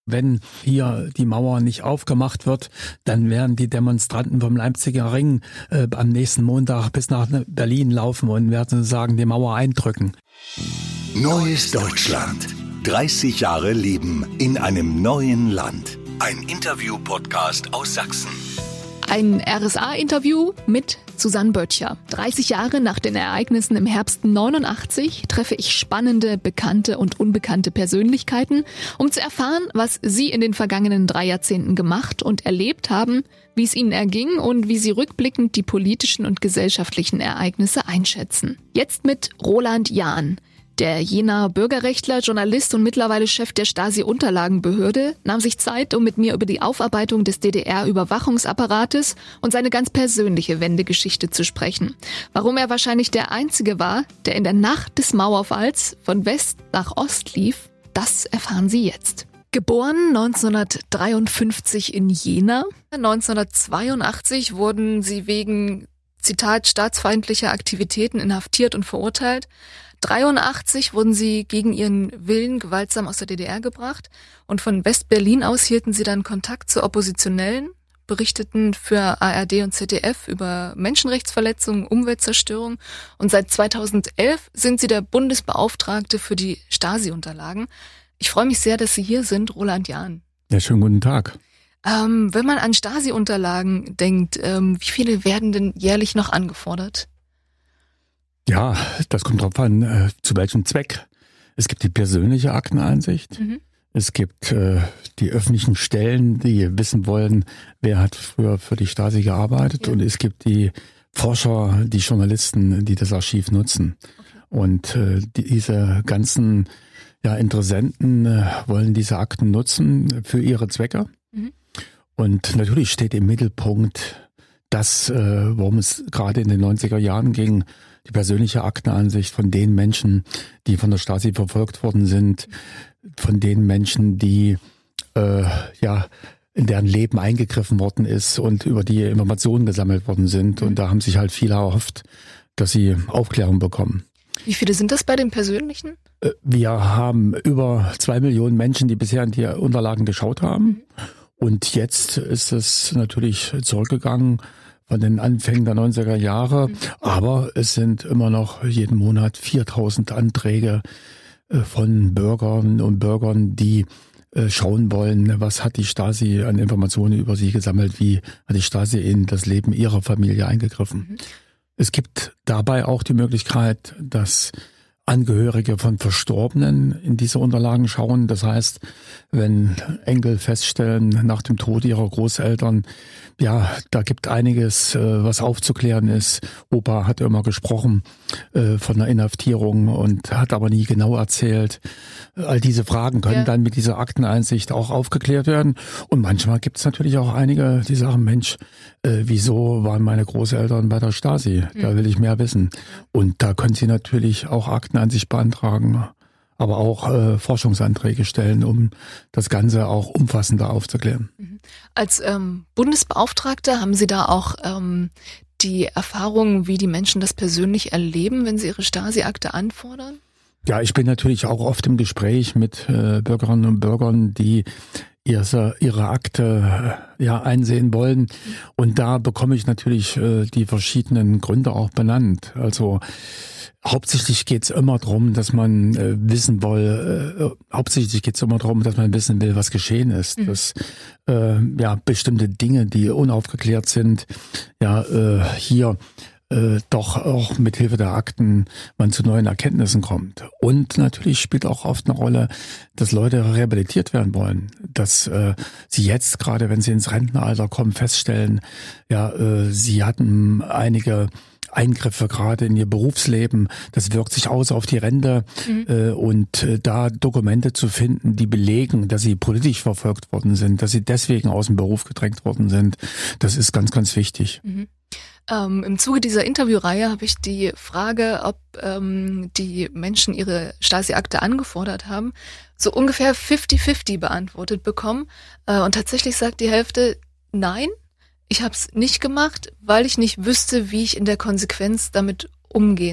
Wenn hier die Mauer nicht aufgemacht wird, dann werden die Demonstranten vom Leipziger Ring am nächsten Montag bis nach Berlin laufen und werden sagen, die Mauer eindrücken. Neues Deutschland. 30 Jahre Leben in einem neuen Land. Ein Interview-Podcast aus Sachsen. Ein RSA-Interview mit Susanne Böttcher. 30 Jahre nach den Ereignissen im Herbst 89 treffe ich spannende, bekannte und unbekannte Persönlichkeiten, um zu erfahren, was sie in den vergangenen 3 Jahrzehnten gemacht und erlebt haben, wie es ihnen erging und wie sie rückblickend die politischen und gesellschaftlichen Ereignisse einschätzen. Jetzt mit Roland Jahn. Der Jenaer Bürgerrechtler, Journalist und mittlerweile Chef der Stasi-Unterlagenbehörde nahm sich Zeit, um mit mir über die Aufarbeitung des DDR-Überwachungsapparates und seine ganz persönliche Wendegeschichte zu sprechen. Warum er wahrscheinlich der Einzige war, der in der Nacht des Mauerfalls von West nach Ost lief, das erfahren Sie jetzt. Geboren 1953 in Jena. 1982 wurden Sie wegen, Zitat, staatsfeindlicher Aktivitäten inhaftiert und verurteilt. 1983 wurden sie gegen ihren Willen gewaltsam aus der DDR gebracht und von West-Berlin aus hielten sie dann Kontakt zu Oppositionellen, berichteten für ARD und ZDF über Menschenrechtsverletzungen, Umweltzerstörung und seit 2011 sind sie der Bundesbeauftragte für die Stasi-Unterlagen. Ich freue mich sehr, dass Sie hier sind, Roland Jahn. Ja, schönen guten Tag. Wenn man an Stasi-Unterlagen denkt, wie viele werden denn jährlich noch angefordert? Ja, das kommt drauf an, zu welchem Zweck. Es gibt die persönliche Akteneinsicht. Es gibt die öffentlichen Stellen, die wissen wollen, wer hat früher für die Stasi gearbeitet. Ja. Und es gibt die Forscher, die Journalisten, die das Archiv nutzen. Okay. Und diese ganzen Interessenten wollen diese Akten nutzen für ihre Zwecke. Und natürlich steht im Mittelpunkt das, worum es gerade in den 90er Jahren ging, die persönliche Akteneinsicht von den Menschen, die von der Stasi verfolgt worden sind, von den Menschen, die in deren Leben eingegriffen worden ist und über die Informationen gesammelt worden sind. Und da haben sich halt viele erhofft, dass sie Aufklärung bekommen. Wie viele sind das bei den persönlichen? Wir haben über 2 Millionen Menschen, die bisher in die Unterlagen geschaut haben. Und jetzt ist es natürlich zurückgegangen von den Anfängen der 90er Jahre. Aber es sind immer noch jeden Monat 4000 Anträge von Bürgern und Bürgern, die schauen wollen, was hat die Stasi an Informationen über sie gesammelt, wie hat die Stasi in das Leben ihrer Familie eingegriffen. Es gibt dabei auch die Möglichkeit, dass Angehörige von Verstorbenen in diese Unterlagen schauen. Das heißt, wenn Enkel feststellen nach dem Tod ihrer Großeltern, ja, da gibt einiges, was aufzuklären ist. Opa hat immer gesprochen von einer Inhaftierung und hat aber nie genau erzählt. All diese Fragen können dann mit dieser Akteneinsicht auch aufgeklärt werden. Und manchmal gibt es natürlich auch einige, die sagen, Mensch, wieso waren meine Großeltern bei der Stasi? Da will ich mehr wissen. Und da können Sie natürlich auch Akteneinsicht beantragen, aber auch Forschungsanträge stellen, um das Ganze auch umfassender aufzuklären. Als Bundesbeauftragter haben Sie da auch die Erfahrung, wie die Menschen das persönlich erleben, wenn sie ihre Stasi-Akte anfordern? Ja, ich bin natürlich auch oft im Gespräch mit Bürgerinnen und Bürgern, die ihre Akte einsehen wollen. Und da bekomme ich natürlich die verschiedenen Gründe auch benannt. Also hauptsächlich geht's immer darum, dass man wissen will, was geschehen ist. Dass bestimmte Dinge, die unaufgeklärt sind, hier doch auch mit Hilfe der Akten man zu neuen Erkenntnissen kommt. Und natürlich spielt auch oft eine Rolle, dass Leute rehabilitiert werden wollen, dass sie jetzt, gerade wenn sie ins Rentenalter kommen, feststellen, sie hatten einige Eingriffe gerade in ihr Berufsleben, das wirkt sich aus auf die Rente und da Dokumente zu finden, die belegen, dass sie politisch verfolgt worden sind, dass sie deswegen aus dem Beruf gedrängt worden sind, das ist ganz, ganz wichtig. Im Zuge dieser Interviewreihe habe ich die Frage, ob die Menschen ihre Stasi-Akte angefordert haben, so ungefähr 50-50 beantwortet bekommen. Und tatsächlich sagt die Hälfte, nein, ich habe es nicht gemacht, weil ich nicht wüsste, wie ich in der Konsequenz damit umgehen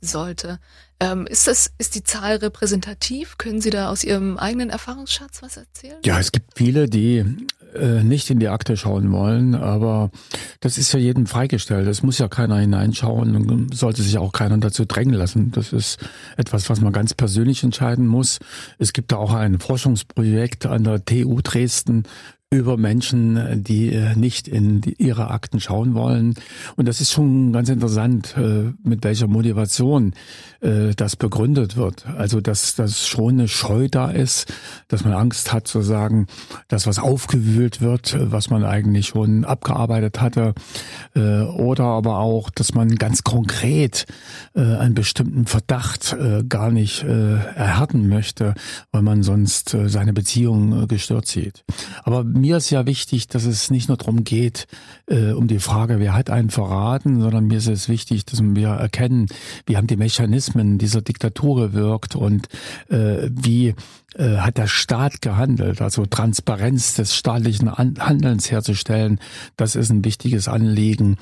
sollte. Ist die Zahl repräsentativ? Können Sie da aus Ihrem eigenen Erfahrungsschatz was erzählen? Ja, es gibt viele, die nicht in die Akte schauen wollen, aber das ist ja jedem freigestellt. Es muss ja keiner hineinschauen und sollte sich auch keiner dazu drängen lassen. Das ist etwas, was man ganz persönlich entscheiden muss. Es gibt da auch ein Forschungsprojekt an der TU Dresden über Menschen, die nicht in ihre Akten schauen wollen. Und das ist schon ganz interessant, mit welcher Motivation das begründet wird. Also, dass schon eine Scheu da ist, dass man Angst hat zu sagen, dass was aufgewühlt wird, was man eigentlich schon abgearbeitet hatte. Oder aber auch, dass man ganz konkret einen bestimmten Verdacht gar nicht erhärten möchte, weil man sonst seine Beziehung gestört sieht. Aber mir ist ja wichtig, dass es nicht nur darum geht, um die Frage, wer hat einen verraten, sondern mir ist es wichtig, dass wir erkennen, wie haben die Mechanismen dieser Diktatur gewirkt und wie hat der Staat gehandelt, also Transparenz des staatlichen Handelns herzustellen. Das ist ein wichtiges Anliegen,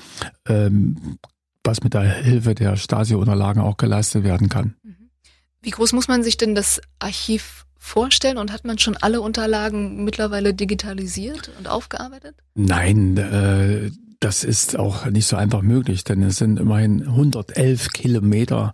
was mit der Hilfe der Stasi-Unterlagen auch geleistet werden kann. Wie groß muss man sich denn das Archiv vorstellen und hat man schon alle Unterlagen mittlerweile digitalisiert und aufgearbeitet? Nein, das ist auch nicht so einfach möglich, denn es sind immerhin 111 Kilometer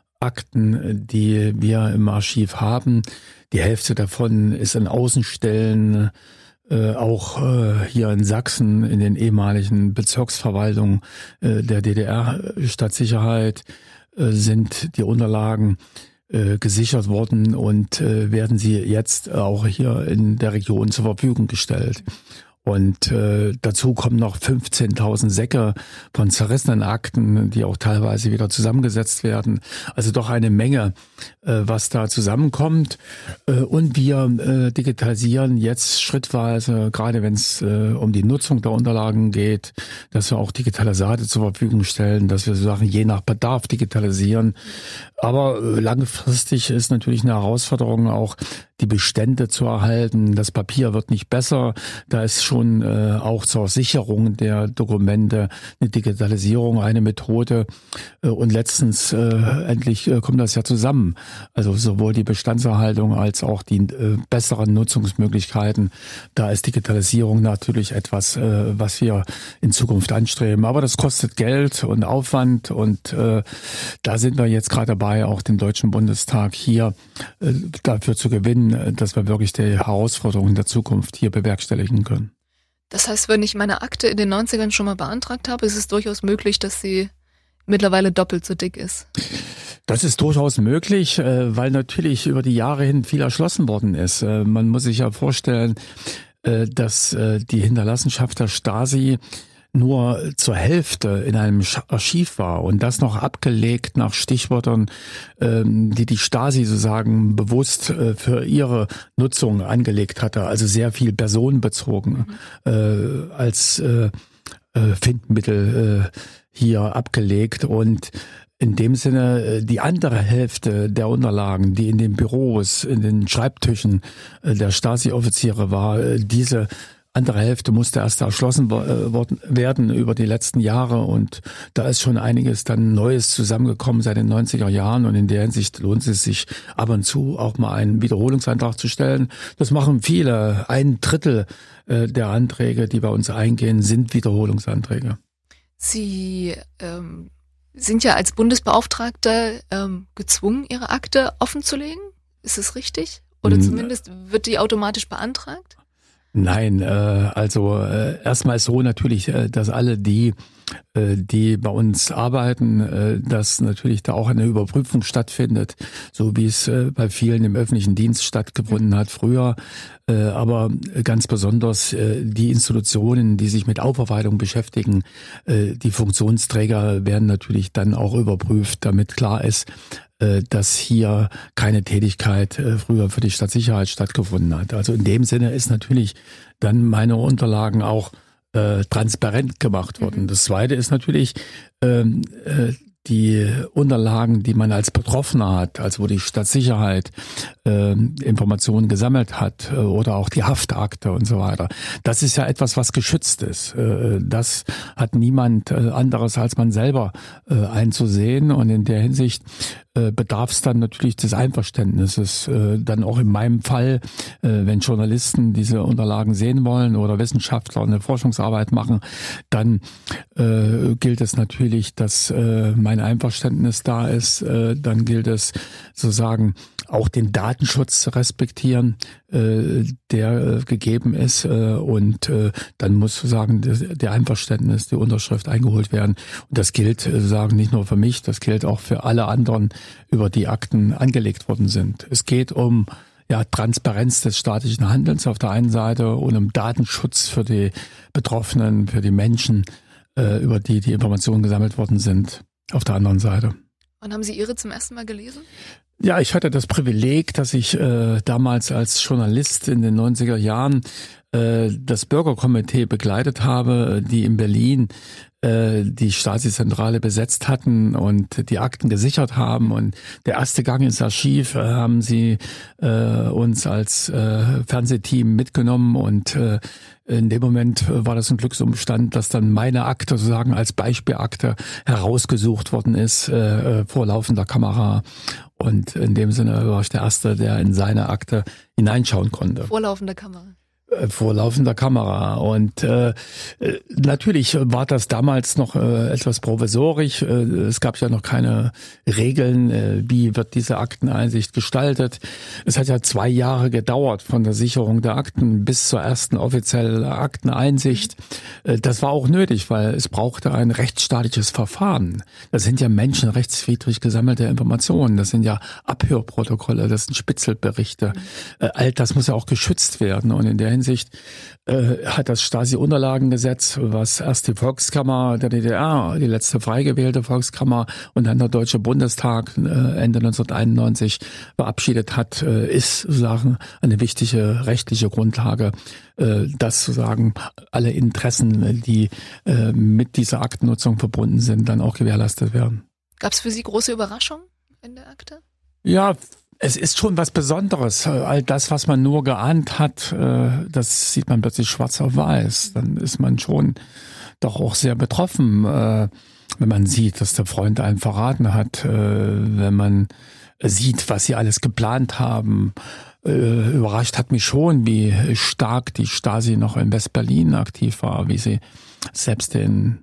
Akten, die wir im Archiv haben. Die Hälfte davon ist in Außenstellen, auch hier in Sachsen in den ehemaligen Bezirksverwaltungen der DDR-Stadtsicherheit sind die Unterlagen gesichert worden und werden sie jetzt auch hier in der Region zur Verfügung gestellt. Und dazu kommen noch 15.000 Säcke von zerrissenen Akten, die auch teilweise wieder zusammengesetzt werden. Also doch eine Menge, was da zusammenkommt. Und wir digitalisieren jetzt schrittweise, gerade wenn es um die Nutzung der Unterlagen geht, dass wir auch Digitalisate zur Verfügung stellen, dass wir so Sachen je nach Bedarf digitalisieren. Aber langfristig ist natürlich eine Herausforderung auch, die Bestände zu erhalten. Das Papier wird nicht besser. Da ist schon auch zur Sicherung der Dokumente eine Digitalisierung eine Methode. Und letztens endlich kommt das ja zusammen. Also sowohl die Bestandserhaltung als auch die besseren Nutzungsmöglichkeiten. Da ist Digitalisierung natürlich etwas, was wir in Zukunft anstreben. Aber das kostet Geld und Aufwand. Und da sind wir jetzt gerade dabei, auch den Deutschen Bundestag hier dafür zu gewinnen, dass wir wirklich die Herausforderungen der Zukunft hier bewerkstelligen können. Das heißt, wenn ich meine Akte in den 90ern schon mal beantragt habe, ist es durchaus möglich, dass sie mittlerweile doppelt so dick ist? Das ist durchaus möglich, weil natürlich über die Jahre hin viel erschlossen worden ist. Man muss sich ja vorstellen, dass die Hinterlassenschaft der Stasi nur zur Hälfte in einem Archiv war und das noch abgelegt nach Stichwörtern, die Stasi sozusagen bewusst für ihre Nutzung angelegt hatte, also sehr viel personenbezogen als Findmittel hier abgelegt. Und in dem Sinne die andere Hälfte der Unterlagen, die in den Büros, in den Schreibtischen der Stasi-Offiziere war, diese andere Hälfte musste erst erschlossen werden über die letzten Jahre und da ist schon einiges dann Neues zusammengekommen seit den 90er Jahren und in der Hinsicht lohnt es sich ab und zu auch mal einen Wiederholungsantrag zu stellen. Das machen viele. 1/3 der Anträge, die bei uns eingehen, sind Wiederholungsanträge. Sie sind ja als Bundesbeauftragter gezwungen, Ihre Akte offenzulegen. Ist es richtig? Oder zumindest wird die automatisch beantragt? Nein, also erstmal ist so natürlich, dass alle die bei uns arbeiten, dass natürlich da auch eine Überprüfung stattfindet, so wie es bei vielen im öffentlichen Dienst stattgefunden hat früher. Aber ganz besonders die Institutionen, die sich mit Aufarbeitung beschäftigen, die Funktionsträger werden natürlich dann auch überprüft, damit klar ist, dass hier keine Tätigkeit früher für die Stadtsicherheit stattgefunden hat. Also in dem Sinne ist natürlich dann meine Unterlagen auch transparent gemacht worden. Das Zweite ist natürlich, die Unterlagen, die man als Betroffener hat, also wo die Stadtsicherheit Informationen gesammelt hat oder auch die Haftakte und so weiter. Das ist ja etwas, was geschützt ist. Das hat niemand anderes als man selber einzusehen, und in der Hinsicht bedarf es dann natürlich des Einverständnisses. Dann auch in meinem Fall, wenn Journalisten diese Unterlagen sehen wollen oder Wissenschaftler eine Forschungsarbeit machen, dann gilt es natürlich, dass mein Einverständnis da ist. Dann gilt es sozusagen auch den Datenschutz zu respektieren, der gegeben ist, und dann muss sozusagen der Einverständnis, die Unterschrift eingeholt werden. Und das gilt sozusagen nicht nur für mich, das gilt auch für alle anderen, über die Akten angelegt worden sind. Es geht um Transparenz des staatlichen Handelns auf der einen Seite und um Datenschutz für die Betroffenen, für die Menschen, über die Informationen gesammelt worden sind, auf der anderen Seite. Wann haben Sie Ihre zum ersten Mal gelesen? Ja, ich hatte das Privileg, dass ich damals als Journalist in den 90er Jahren das Bürgerkomitee begleitet habe, die in Berlin die Stasi-Zentrale besetzt hatten und die Akten gesichert haben. Und der erste Gang ins Archiv haben sie uns als Fernsehteam mitgenommen, und in dem Moment war das ein Glücksumstand, dass dann meine Akte sozusagen als Beispielakte herausgesucht worden ist vor laufender Kamera. Und in dem Sinne war ich der Erste, der in seine Akte hineinschauen konnte. Vor laufender Kamera. Vor laufender Kamera. Und natürlich war das damals noch etwas provisorisch. Es gab ja noch keine Regeln, wie wird diese Akteneinsicht gestaltet. Es hat ja 2 Jahre gedauert von der Sicherung der Akten bis zur ersten offiziellen Akteneinsicht. Das war auch nötig, weil es brauchte ein rechtsstaatliches Verfahren. Das sind ja menschenrechtswidrig gesammelte Informationen. Das sind ja Abhörprotokolle, das sind Spitzelberichte. All das muss ja auch geschützt werden. Und in der Hinsicht hat das Stasi-Unterlagengesetz, was erst die Volkskammer der DDR, die letzte frei gewählte Volkskammer, und dann der Deutsche Bundestag Ende 1991 verabschiedet hat, ist sozusagen eine wichtige rechtliche Grundlage, dass sozusagen alle Interessen, die mit dieser Aktennutzung verbunden sind, dann auch gewährleistet werden. Gab es für Sie große Überraschungen in der Akte? Ja, es ist schon was Besonderes. All das, was man nur geahnt hat, das sieht man plötzlich schwarz auf weiß. Dann ist man schon doch auch sehr betroffen, wenn man sieht, dass der Freund einen verraten hat, wenn man sieht, was sie alles geplant haben. Überrascht hat mich schon, wie stark die Stasi noch in West-Berlin aktiv war, wie sie selbst den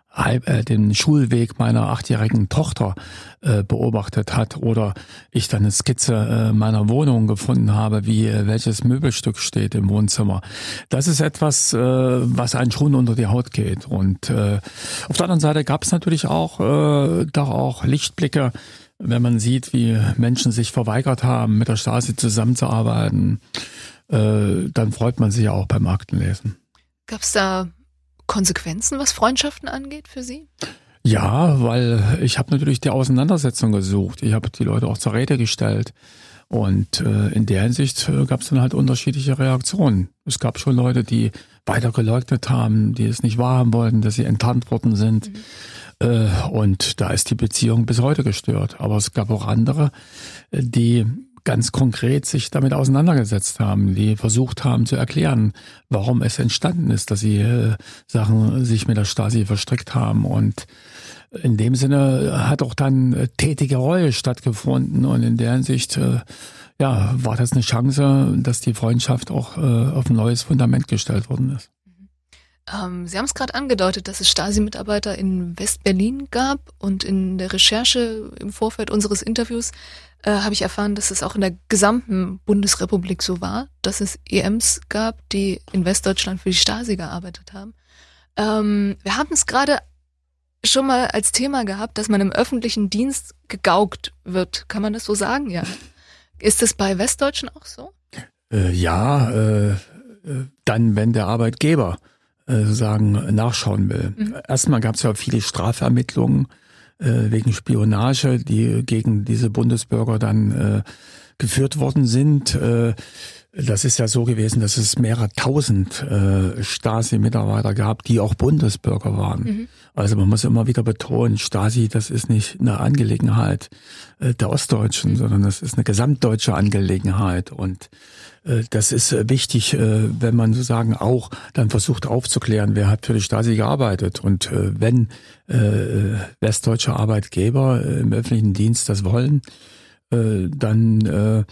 Schulweg meiner 8-jährigen Tochter beobachtet hat, oder ich dann eine Skizze meiner Wohnung gefunden habe, wie welches Möbelstück steht im Wohnzimmer. Das ist etwas, was einen schon unter die Haut geht. Und auf der anderen Seite gab es natürlich auch doch auch Lichtblicke, wenn man sieht, wie Menschen sich verweigert haben, mit der Stasi zusammenzuarbeiten. Dann freut man sich ja auch beim Aktenlesen. Gab es da Konsequenzen, was Freundschaften angeht, für Sie? Ja, weil ich habe natürlich die Auseinandersetzung gesucht. Ich habe die Leute auch zur Rede gestellt. Und in der Hinsicht gab es dann halt unterschiedliche Reaktionen. Es gab schon Leute, die weiter geleugnet haben, die es nicht wahrhaben wollten, dass sie enttarnt worden sind. Und da ist die Beziehung bis heute gestört. Aber es gab auch andere, die ganz konkret sich damit auseinandergesetzt haben, die versucht haben zu erklären, warum es entstanden ist, dass sie Sachen sich mit der Stasi verstrickt haben. Und in dem Sinne hat auch dann tätige Reue stattgefunden, und in der Hinsicht war das eine Chance, dass die Freundschaft auch auf ein neues Fundament gestellt worden ist. Sie haben es gerade angedeutet, dass es Stasi-Mitarbeiter in West-Berlin gab, und in der Recherche im Vorfeld unseres Interviews habe ich erfahren, dass es auch in der gesamten Bundesrepublik so war, dass es EMs gab, die in Westdeutschland für die Stasi gearbeitet haben. Wir haben es gerade schon mal als Thema gehabt, dass man im öffentlichen Dienst gegaukt wird. Kann man das so sagen? Ja. Ist das bei Westdeutschen auch so? Dann, wenn der Arbeitgeber sozusagen nachschauen will. Erstmal gab es ja viele Strafermittlungen wegen Spionage, die gegen diese Bundesbürger dann geführt worden sind. Das ist ja so gewesen, dass es mehrere tausend Stasi-Mitarbeiter gab, die auch Bundesbürger waren. Mhm. Also man muss immer wieder betonen, Stasi, das ist nicht eine Angelegenheit der Ostdeutschen, sondern das ist eine gesamtdeutsche Angelegenheit. Und das ist wichtig, wenn man sozusagen auch dann versucht aufzuklären, wer hat für die Stasi gearbeitet. Und wenn westdeutsche Arbeitgeber im öffentlichen Dienst das wollen, dann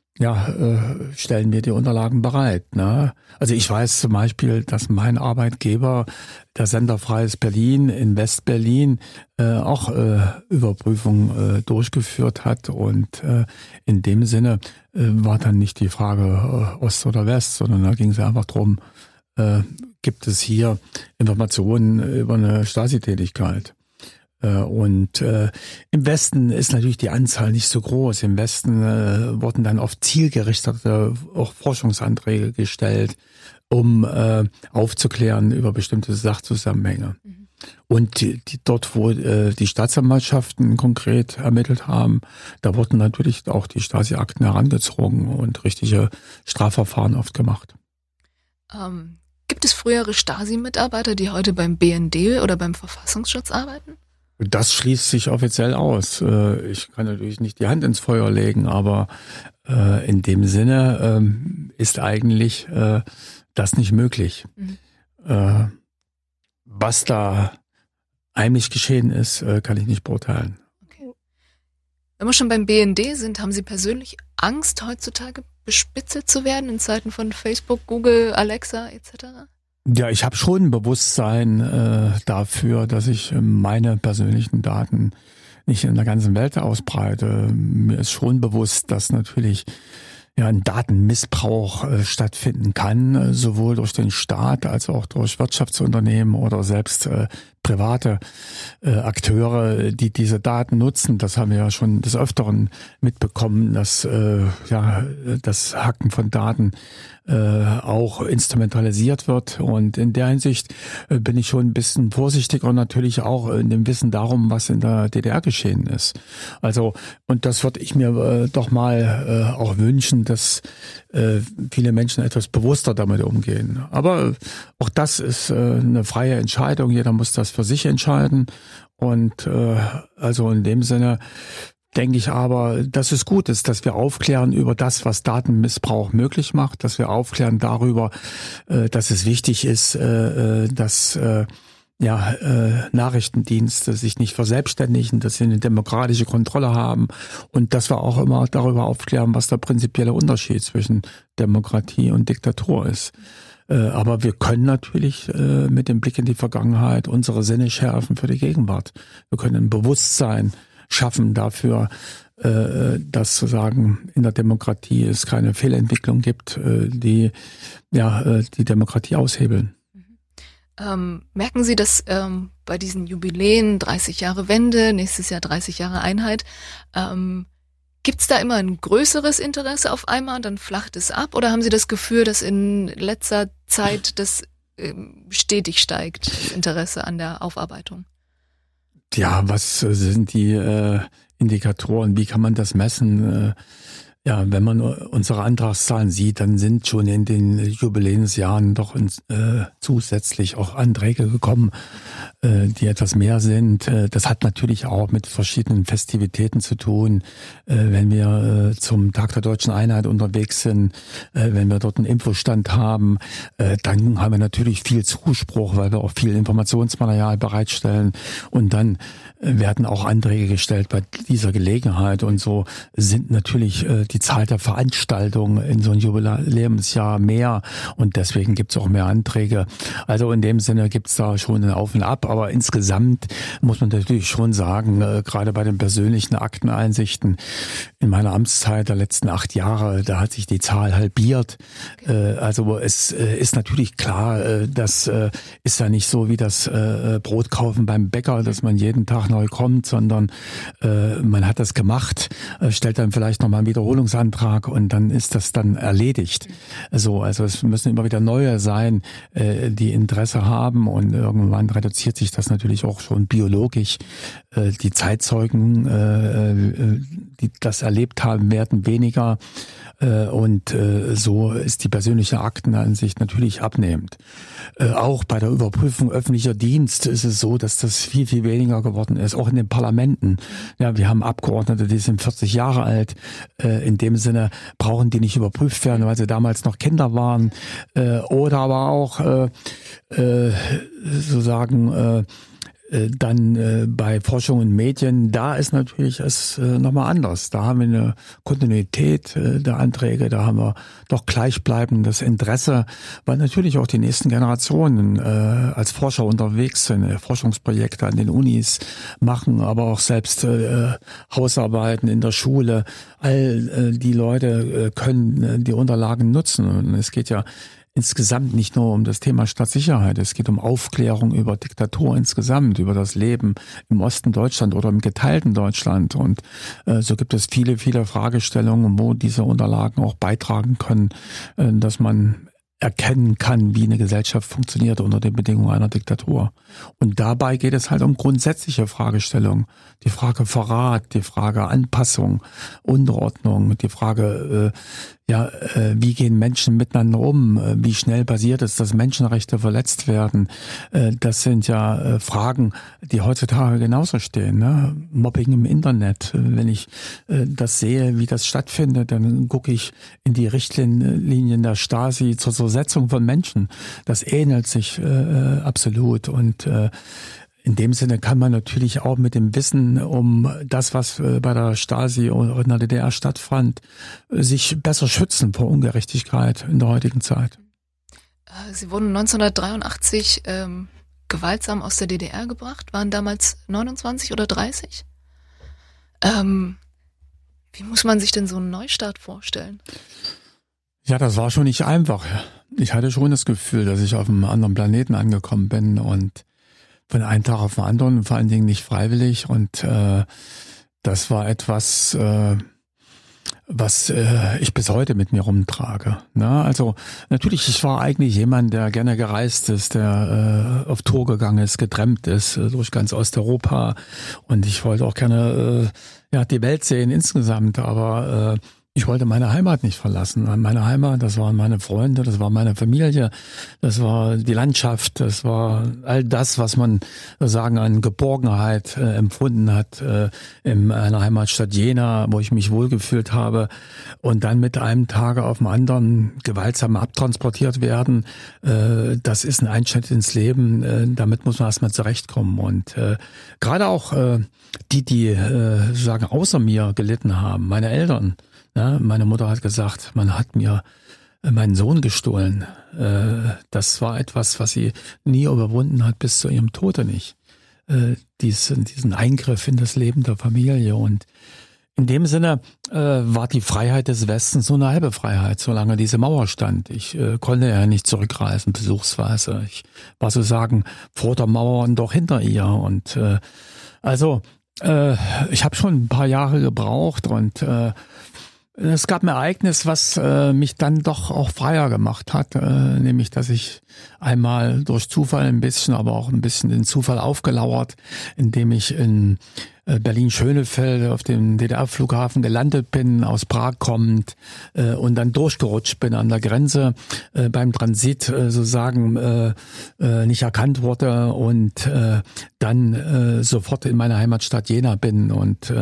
stellen wir die Unterlagen bereit. Ne? Also ich weiß zum Beispiel, dass mein Arbeitgeber, der Sender Freies Berlin in Westberlin, auch Überprüfungen durchgeführt hat. Und in dem Sinne war dann nicht die Frage Ost oder West, sondern da ging es einfach darum, gibt es hier Informationen über eine Stasi-Tätigkeit. Und im Westen ist natürlich die Anzahl nicht so groß. Im Westen wurden dann oft zielgerichtete auch Forschungsanträge gestellt, um aufzuklären über bestimmte Sachzusammenhänge. Mhm. Und dort, wo die Staatsanwaltschaften konkret ermittelt haben, da wurden natürlich auch die Stasi-Akten herangezogen und richtige Strafverfahren oft gemacht. Gibt es frühere Stasi-Mitarbeiter, die heute beim BND oder beim Verfassungsschutz arbeiten? Das schließt sich offiziell aus. Ich kann natürlich nicht die Hand ins Feuer legen, aber in dem Sinne ist eigentlich das nicht möglich. Mhm. Was da heimlich geschehen ist, kann ich nicht beurteilen. Okay. Wenn wir schon beim BND sind, haben Sie persönlich Angst, heutzutage bespitzelt zu werden in Zeiten von Facebook, Google, Alexa etc.? Ja, ich habe schon ein Bewusstsein dafür, dass ich meine persönlichen Daten nicht in der ganzen Welt ausbreite. Mir ist schon bewusst, dass natürlich ein Datenmissbrauch stattfinden kann, sowohl durch den Staat als auch durch Wirtschaftsunternehmen oder selbst private Akteure, die diese Daten nutzen. Das haben wir ja schon des Öfteren mitbekommen, dass das Hacken von Daten auch instrumentalisiert wird. Und in der Hinsicht bin ich schon ein bisschen vorsichtiger und natürlich auch in dem Wissen darum, was in der DDR geschehen ist. Also, und das würde ich mir doch mal auch wünschen, dass viele Menschen etwas bewusster damit umgehen. Aber auch das ist eine freie Entscheidung. Jeder muss das für sich entscheiden. Und also in dem Sinne denke ich aber, dass es gut ist, dass wir aufklären über das, was Datenmissbrauch möglich macht, dass wir aufklären darüber, dass es wichtig ist, dass Nachrichtendienste sich nicht verselbstständigen, dass sie eine demokratische Kontrolle haben und dass wir auch immer darüber aufklären, was der prinzipielle Unterschied zwischen Demokratie und Diktatur ist. Aber wir können natürlich mit dem Blick in die Vergangenheit unsere Sinne schärfen für die Gegenwart. Wir können ein Bewusstsein schaffen dafür, dass sozusagen in der Demokratie es keine Fehlentwicklung gibt, die die Demokratie aushebeln. Merken Sie, dass bei diesen Jubiläen 30 Jahre Wende, nächstes Jahr 30 Jahre Einheit, gibt es da immer ein größeres Interesse auf einmal und dann flacht es ab? Oder haben Sie das Gefühl, dass in letzter Zeit das stetig steigt, das Interesse an der Aufarbeitung? Ja, was sind die Indikatoren? Wie kann man das messen? Wenn man unsere Antragszahlen sieht, dann sind schon in den Jubiläumsjahren doch zusätzlich auch Anträge gekommen, die etwas mehr sind. Das hat natürlich auch mit verschiedenen Festivitäten zu tun. Wenn wir zum Tag der Deutschen Einheit unterwegs sind, wenn wir dort einen Infostand haben, dann haben wir natürlich viel Zuspruch, weil wir auch viel Informationsmaterial bereitstellen. Und dann werden auch Anträge gestellt bei dieser Gelegenheit. Und so sind natürlich die Zahl der Veranstaltungen in so einem Jubiläumsjahr mehr. Und deswegen gibt es auch mehr Anträge. Also in dem Sinne gibt es da schon ein Auf und Ab. Aber insgesamt muss man natürlich schon sagen, gerade bei den persönlichen Akteneinsichten in meiner Amtszeit der letzten 8 Jahre, da hat sich die Zahl halbiert. Also es ist natürlich klar, das ist ja nicht so wie das Brotkaufen beim Bäcker, dass man jeden Tag neu kommt, sondern man hat das gemacht, stellt dann vielleicht nochmal einen Wiederholungstermin Erfüllungsantrag und dann ist das dann erledigt. Also es müssen immer wieder neue sein, die Interesse haben und irgendwann reduziert sich das natürlich auch schon biologisch. Die Zeitzeugen, die das erlebt haben, werden weniger. Und so ist die persönliche Aktenansicht natürlich abnehmend. Auch bei der Überprüfung öffentlicher Dienst ist es so, dass das viel, viel weniger geworden ist, auch in den Parlamenten. Ja, wir haben Abgeordnete, die sind 40 Jahre alt. In dem Sinne brauchen die nicht überprüft werden, weil sie damals noch Kinder waren. Oder aber auch dann bei Forschung und Medien, da ist natürlich es nochmal anders. Da haben wir eine Kontinuität der Anträge, da haben wir doch gleichbleibendes Interesse, weil natürlich auch die nächsten Generationen als Forscher unterwegs sind, Forschungsprojekte an den Unis machen, aber auch selbst Hausarbeiten in der Schule. All die Leute können die Unterlagen nutzen. Und es geht ja insgesamt nicht nur um das Thema Staatssicherheit, es geht um Aufklärung über Diktatur insgesamt, über das Leben im Osten Deutschland oder im geteilten Deutschland. Und so gibt es viele, viele Fragestellungen, wo diese Unterlagen auch beitragen können, dass man erkennen kann, wie eine Gesellschaft funktioniert unter den Bedingungen einer Diktatur. Und dabei geht es halt um grundsätzliche Fragestellungen. Die Frage Verrat, die Frage Anpassung, Unterordnung, die Frage, wie gehen Menschen miteinander um? Wie schnell passiert es, dass Menschenrechte verletzt werden? Das sind ja Fragen, die heutzutage genauso stehen. Ne? Mobbing im Internet. Wenn ich das sehe, wie das stattfindet, dann gucke ich in die Richtlinien der Stasi zur Zersetzung von Menschen. Das ähnelt sich absolut. Und in dem Sinne kann man natürlich auch mit dem Wissen um das, was bei der Stasi oder in der DDR stattfand, sich besser schützen vor Ungerechtigkeit in der heutigen Zeit. Sie wurden 1983 gewaltsam aus der DDR gebracht, waren damals 29 oder 30. Wie muss man sich denn so einen Neustart vorstellen? Ja, das war schon nicht einfach. Ich hatte schon das Gefühl, dass ich auf einem anderen Planeten angekommen bin und von einem Tag auf den anderen, vor allen Dingen nicht freiwillig. Und das war etwas, was ich bis heute mit mir rumtrage. Na, also natürlich, ich war eigentlich jemand, der gerne gereist ist, der auf Tour gegangen ist, getrennt ist durch ganz Osteuropa. Und ich wollte auch gerne die Welt sehen insgesamt, aber ich wollte meine Heimat nicht verlassen. Meine Heimat, das waren meine Freunde, das war meine Familie, das war die Landschaft, das war all das, was man sozusagen an Geborgenheit empfunden hat in einer Heimatstadt Jena, wo ich mich wohlgefühlt habe. Und dann mit einem Tage auf den anderen gewaltsam abtransportiert werden, das ist ein Einschnitt ins Leben, damit muss man erstmal zurechtkommen. Und gerade auch die sozusagen außer mir gelitten haben, meine Eltern. Ja, meine Mutter hat gesagt, man hat mir meinen Sohn gestohlen. Das war etwas, was sie nie überwunden hat, bis zu ihrem Tode nicht. Diesen Eingriff in das Leben der Familie. Und in dem Sinne war die Freiheit des Westens so eine halbe Freiheit, solange diese Mauer stand. Ich konnte ja nicht zurückreisen, besuchsweise. Ich war sozusagen vor der Mauer und doch hinter ihr. Und ich habe schon ein paar Jahre gebraucht und es gab ein Ereignis, was mich dann doch auch freier gemacht hat, nämlich, dass ich einmal durch Zufall ein bisschen, aber auch ein bisschen den Zufall aufgelauert, indem ich in Berlin-Schönefeld auf dem DDR-Flughafen gelandet bin, aus Prag kommend und dann durchgerutscht bin an der Grenze beim Transit sozusagen nicht erkannt wurde und dann sofort in meine Heimatstadt Jena bin und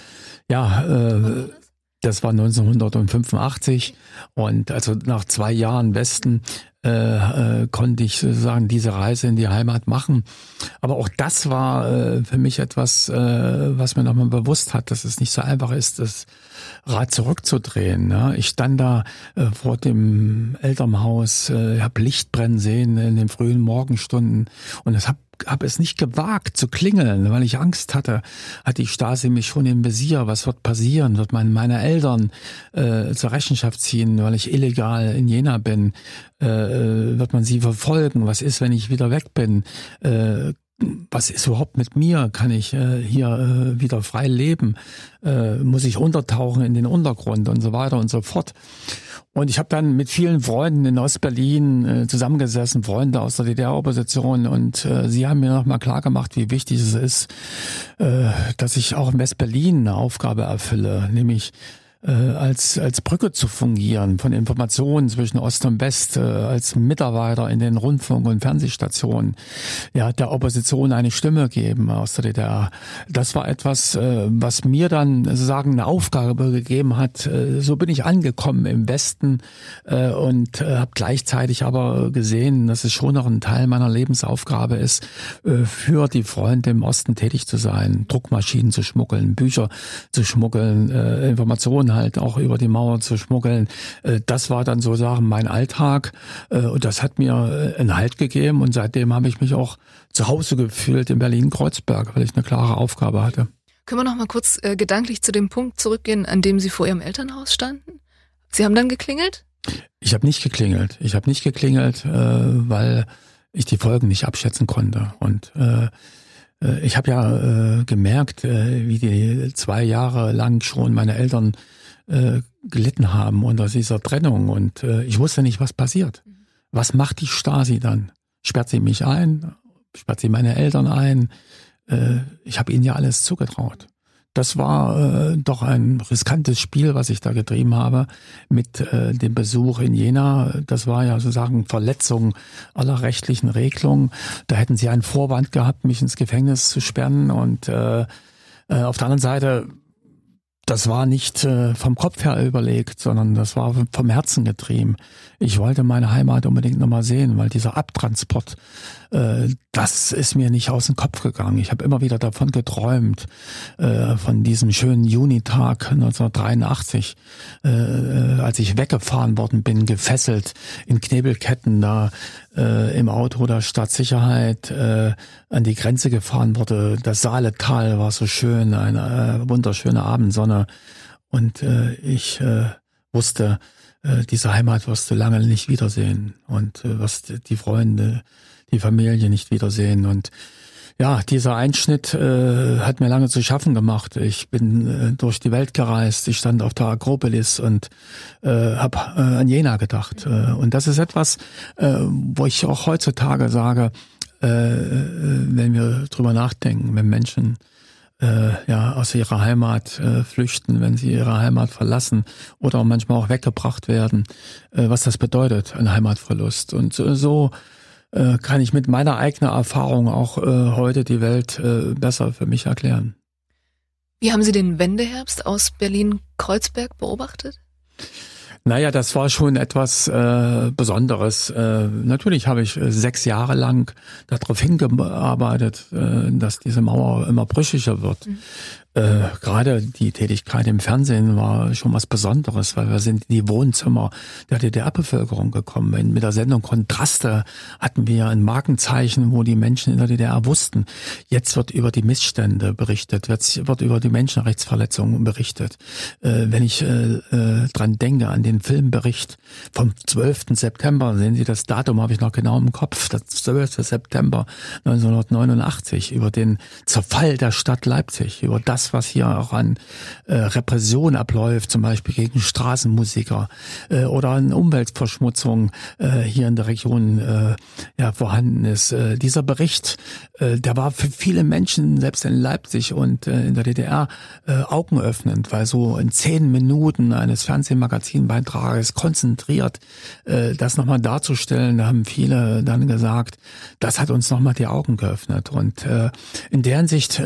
das war 1985 und also nach 2 Jahren Westen konnte ich sozusagen diese Reise in die Heimat machen. Aber auch das war für mich etwas, was mir nochmal bewusst hat, dass es nicht so einfach ist, das Rad zurückzudrehen. Ne? Ich stand da vor dem Elternhaus, habe Licht brennen sehen in den frühen Morgenstunden und es habe es nicht gewagt zu klingeln, weil ich Angst hatte. Hat die Stasi mich schon im Visier? Was wird passieren? Wird man meine Eltern zur Rechenschaft ziehen, weil ich illegal in Jena bin? Wird man sie verfolgen? Was ist, wenn ich wieder weg bin? was ist überhaupt mit mir? Kann ich hier wieder frei leben? Muss ich untertauchen in den Untergrund und so weiter und so fort? Und ich habe dann mit vielen Freunden in Ostberlin zusammengesessen, Freunde aus der DDR-Opposition, und sie haben mir nochmal klar gemacht, wie wichtig es ist, dass ich auch in Westberlin eine Aufgabe erfülle, nämlich als Brücke zu fungieren von Informationen zwischen Ost und West, als Mitarbeiter in den Rundfunk- und Fernsehstationen, ja, der Opposition eine Stimme geben aus der DDR. Das war etwas, was mir dann sozusagen eine Aufgabe gegeben hat. So bin ich angekommen im Westen und habe gleichzeitig aber gesehen, dass es schon noch ein Teil meiner Lebensaufgabe ist, für die Freunde im Osten tätig zu sein, Druckmaschinen zu schmuggeln, Bücher zu schmuggeln, Informationen halt auch über die Mauer zu schmuggeln. Das war dann sozusagen mein Alltag und das hat mir einen Halt gegeben, und seitdem habe ich mich auch zu Hause gefühlt in Berlin-Kreuzberg, weil ich eine klare Aufgabe hatte. Können wir noch mal kurz gedanklich zu dem Punkt zurückgehen, an dem Sie vor Ihrem Elternhaus standen? Sie haben dann geklingelt? Ich habe nicht geklingelt. Weil ich die Folgen nicht abschätzen konnte. Und ich habe ja gemerkt, wie die 2 Jahre lang schon meine Eltern gelitten haben unter dieser Trennung, und ich wusste nicht, was passiert. Was macht die Stasi dann? Sperrt sie mich ein? Sperrt sie meine Eltern ein? Ich habe ihnen ja alles zugetraut. Das war doch ein riskantes Spiel, was ich da getrieben habe mit dem Besuch in Jena. Das war ja sozusagen Verletzung aller rechtlichen Regelungen. Da hätten sie einen Vorwand gehabt, mich ins Gefängnis zu sperren. Und auf der anderen Seite, das war nicht vom Kopf her überlegt, sondern das war vom Herzen getrieben. Ich wollte meine Heimat unbedingt nochmal sehen, weil dieser Abtransport, das ist mir nicht aus dem Kopf gegangen. Ich habe immer wieder davon geträumt, von diesem schönen Junitag 1983, als ich weggefahren worden bin, gefesselt in Knebelketten da im Auto der Stadtsicherheit an die Grenze gefahren wurde. Das Saaletal war so schön, eine wunderschöne Abendsonne, und ich wusste, diese Heimat wirst du lange nicht wiedersehen, und wirst die Freunde, die Familie nicht wiedersehen. Und ja, dieser Einschnitt hat mir lange zu schaffen gemacht. Ich bin durch die Welt gereist, ich stand auf der Akropolis und habe an Jena gedacht. Und das ist etwas, wo ich auch heutzutage sage, wenn wir drüber nachdenken, wenn Menschen aus ihrer Heimat flüchten, wenn sie ihre Heimat verlassen oder manchmal auch weggebracht werden, was das bedeutet, ein Heimatverlust. Und so kann ich mit meiner eigenen Erfahrung auch heute die Welt besser für mich erklären. Wie haben Sie den Wendeherbst aus Berlin-Kreuzberg beobachtet? Naja, das war schon etwas Besonderes. Natürlich habe ich 6 Jahre lang darauf hingearbeitet, dass diese Mauer immer brüchiger wird. Gerade die Tätigkeit im Fernsehen war schon was Besonderes, weil wir sind in die Wohnzimmer der DDR-Bevölkerung gekommen. Mit der Sendung Kontraste hatten wir ein Markenzeichen, wo die Menschen in der DDR wussten, jetzt wird über die Missstände berichtet, wird über die Menschenrechtsverletzungen berichtet. Wenn ich dran denke, an den Filmbericht vom 12. September, sehen Sie, das Datum habe ich noch genau im Kopf, das 12. September 1989, über den Zerfall der Stadt Leipzig, über das, was hier auch an Repression abläuft, zum Beispiel gegen Straßenmusiker oder an Umweltverschmutzung hier in der Region vorhanden ist. Dieser Bericht, der war für viele Menschen, selbst in Leipzig und in der DDR, augenöffnend, weil so in 10 Minuten eines Fernsehmagazinbeitrages konzentriert das nochmal darzustellen, da haben viele dann gesagt, das hat uns nochmal die Augen geöffnet. Und in der Hinsicht,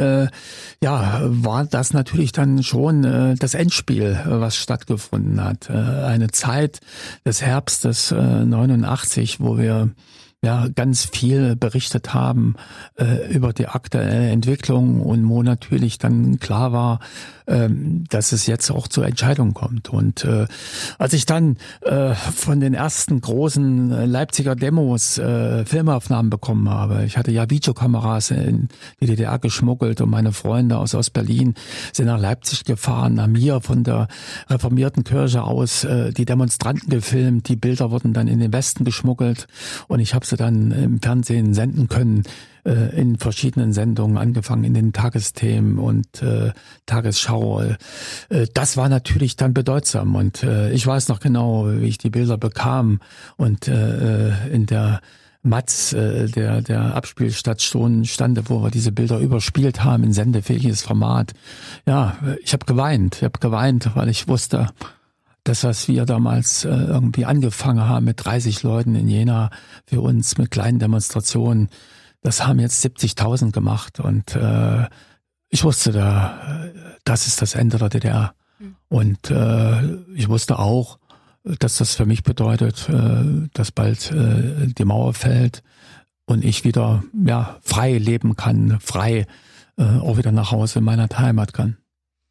war das natürlich dann schon das Endspiel, was stattgefunden hat. Eine Zeit des Herbstes 89, wo wir ganz viel berichtet haben über die aktuelle Entwicklung und wo natürlich dann klar war, dass es jetzt auch zur Entscheidung kommt. Und als ich dann von den ersten großen Leipziger Demos Filmaufnahmen bekommen habe, ich hatte ja Videokameras in die DDR geschmuggelt und meine Freunde aus Ostberlin sind nach Leipzig gefahren, haben hier von der reformierten Kirche aus die Demonstranten gefilmt, die Bilder wurden dann in den Westen geschmuggelt und ich habe sie dann im Fernsehen senden können. in verschiedenen Sendungen, angefangen in den Tagesthemen und Tagesschau. Das war natürlich dann bedeutsam und ich weiß noch genau, wie ich die Bilder bekam und in der Matz, der Abspielstation stande, wo wir diese Bilder überspielt haben in sendefähiges Format. Ja, ich habe geweint, weil ich wusste, das, was wir damals irgendwie angefangen haben mit 30 Leuten in Jena für uns mit kleinen Demonstrationen, das haben jetzt 70.000 gemacht und ich wusste, das ist das Ende der DDR. Und ich wusste auch, dass das für mich bedeutet, dass bald die Mauer fällt und ich wieder frei leben kann, frei auch wieder nach Hause in meiner Heimat kann.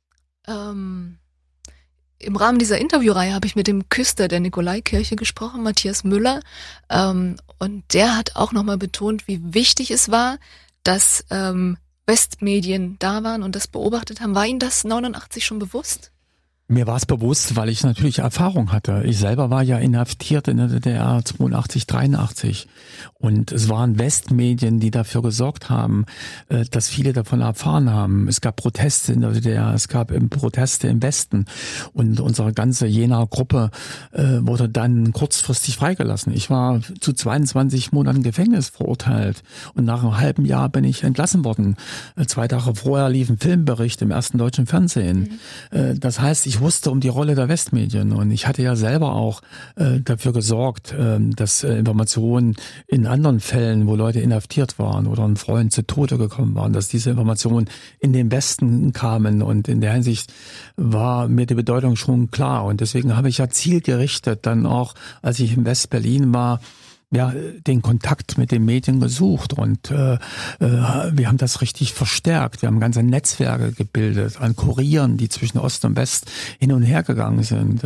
Im Rahmen dieser Interviewreihe habe ich mit dem Küster der Nikolaikirche gesprochen, Matthias Müller, und der hat auch nochmal betont, wie wichtig es war, dass Westmedien da waren und das beobachtet haben. War Ihnen das 89 schon bewusst? Mir war es bewusst, weil ich natürlich Erfahrung hatte. Ich selber war ja inhaftiert in der DDR 82, 83. Und es waren Westmedien, die dafür gesorgt haben, dass viele davon erfahren haben. Es gab Proteste in der DDR, es gab Proteste im Westen. Und unsere ganze Jenaer Gruppe wurde dann kurzfristig freigelassen. Ich war zu 22 Monaten Gefängnis verurteilt. Und nach einem halben Jahr bin ich entlassen worden. 2 Tage vorher lief ein Filmbericht im ersten deutschen Fernsehen. Das heißt, ich wusste um die Rolle der Westmedien und ich hatte ja selber auch dafür gesorgt, dass Informationen in anderen Fällen, wo Leute inhaftiert waren oder ein Freund zu Tode gekommen waren, dass diese Informationen in den Westen kamen und in der Hinsicht war mir die Bedeutung schon klar und deswegen habe ich ja zielgerichtet dann auch, als ich in West-Berlin war, den Kontakt mit den Medien gesucht und wir haben das richtig verstärkt. Wir haben ganze Netzwerke gebildet an Kurieren, die zwischen Ost und West hin und her gegangen sind.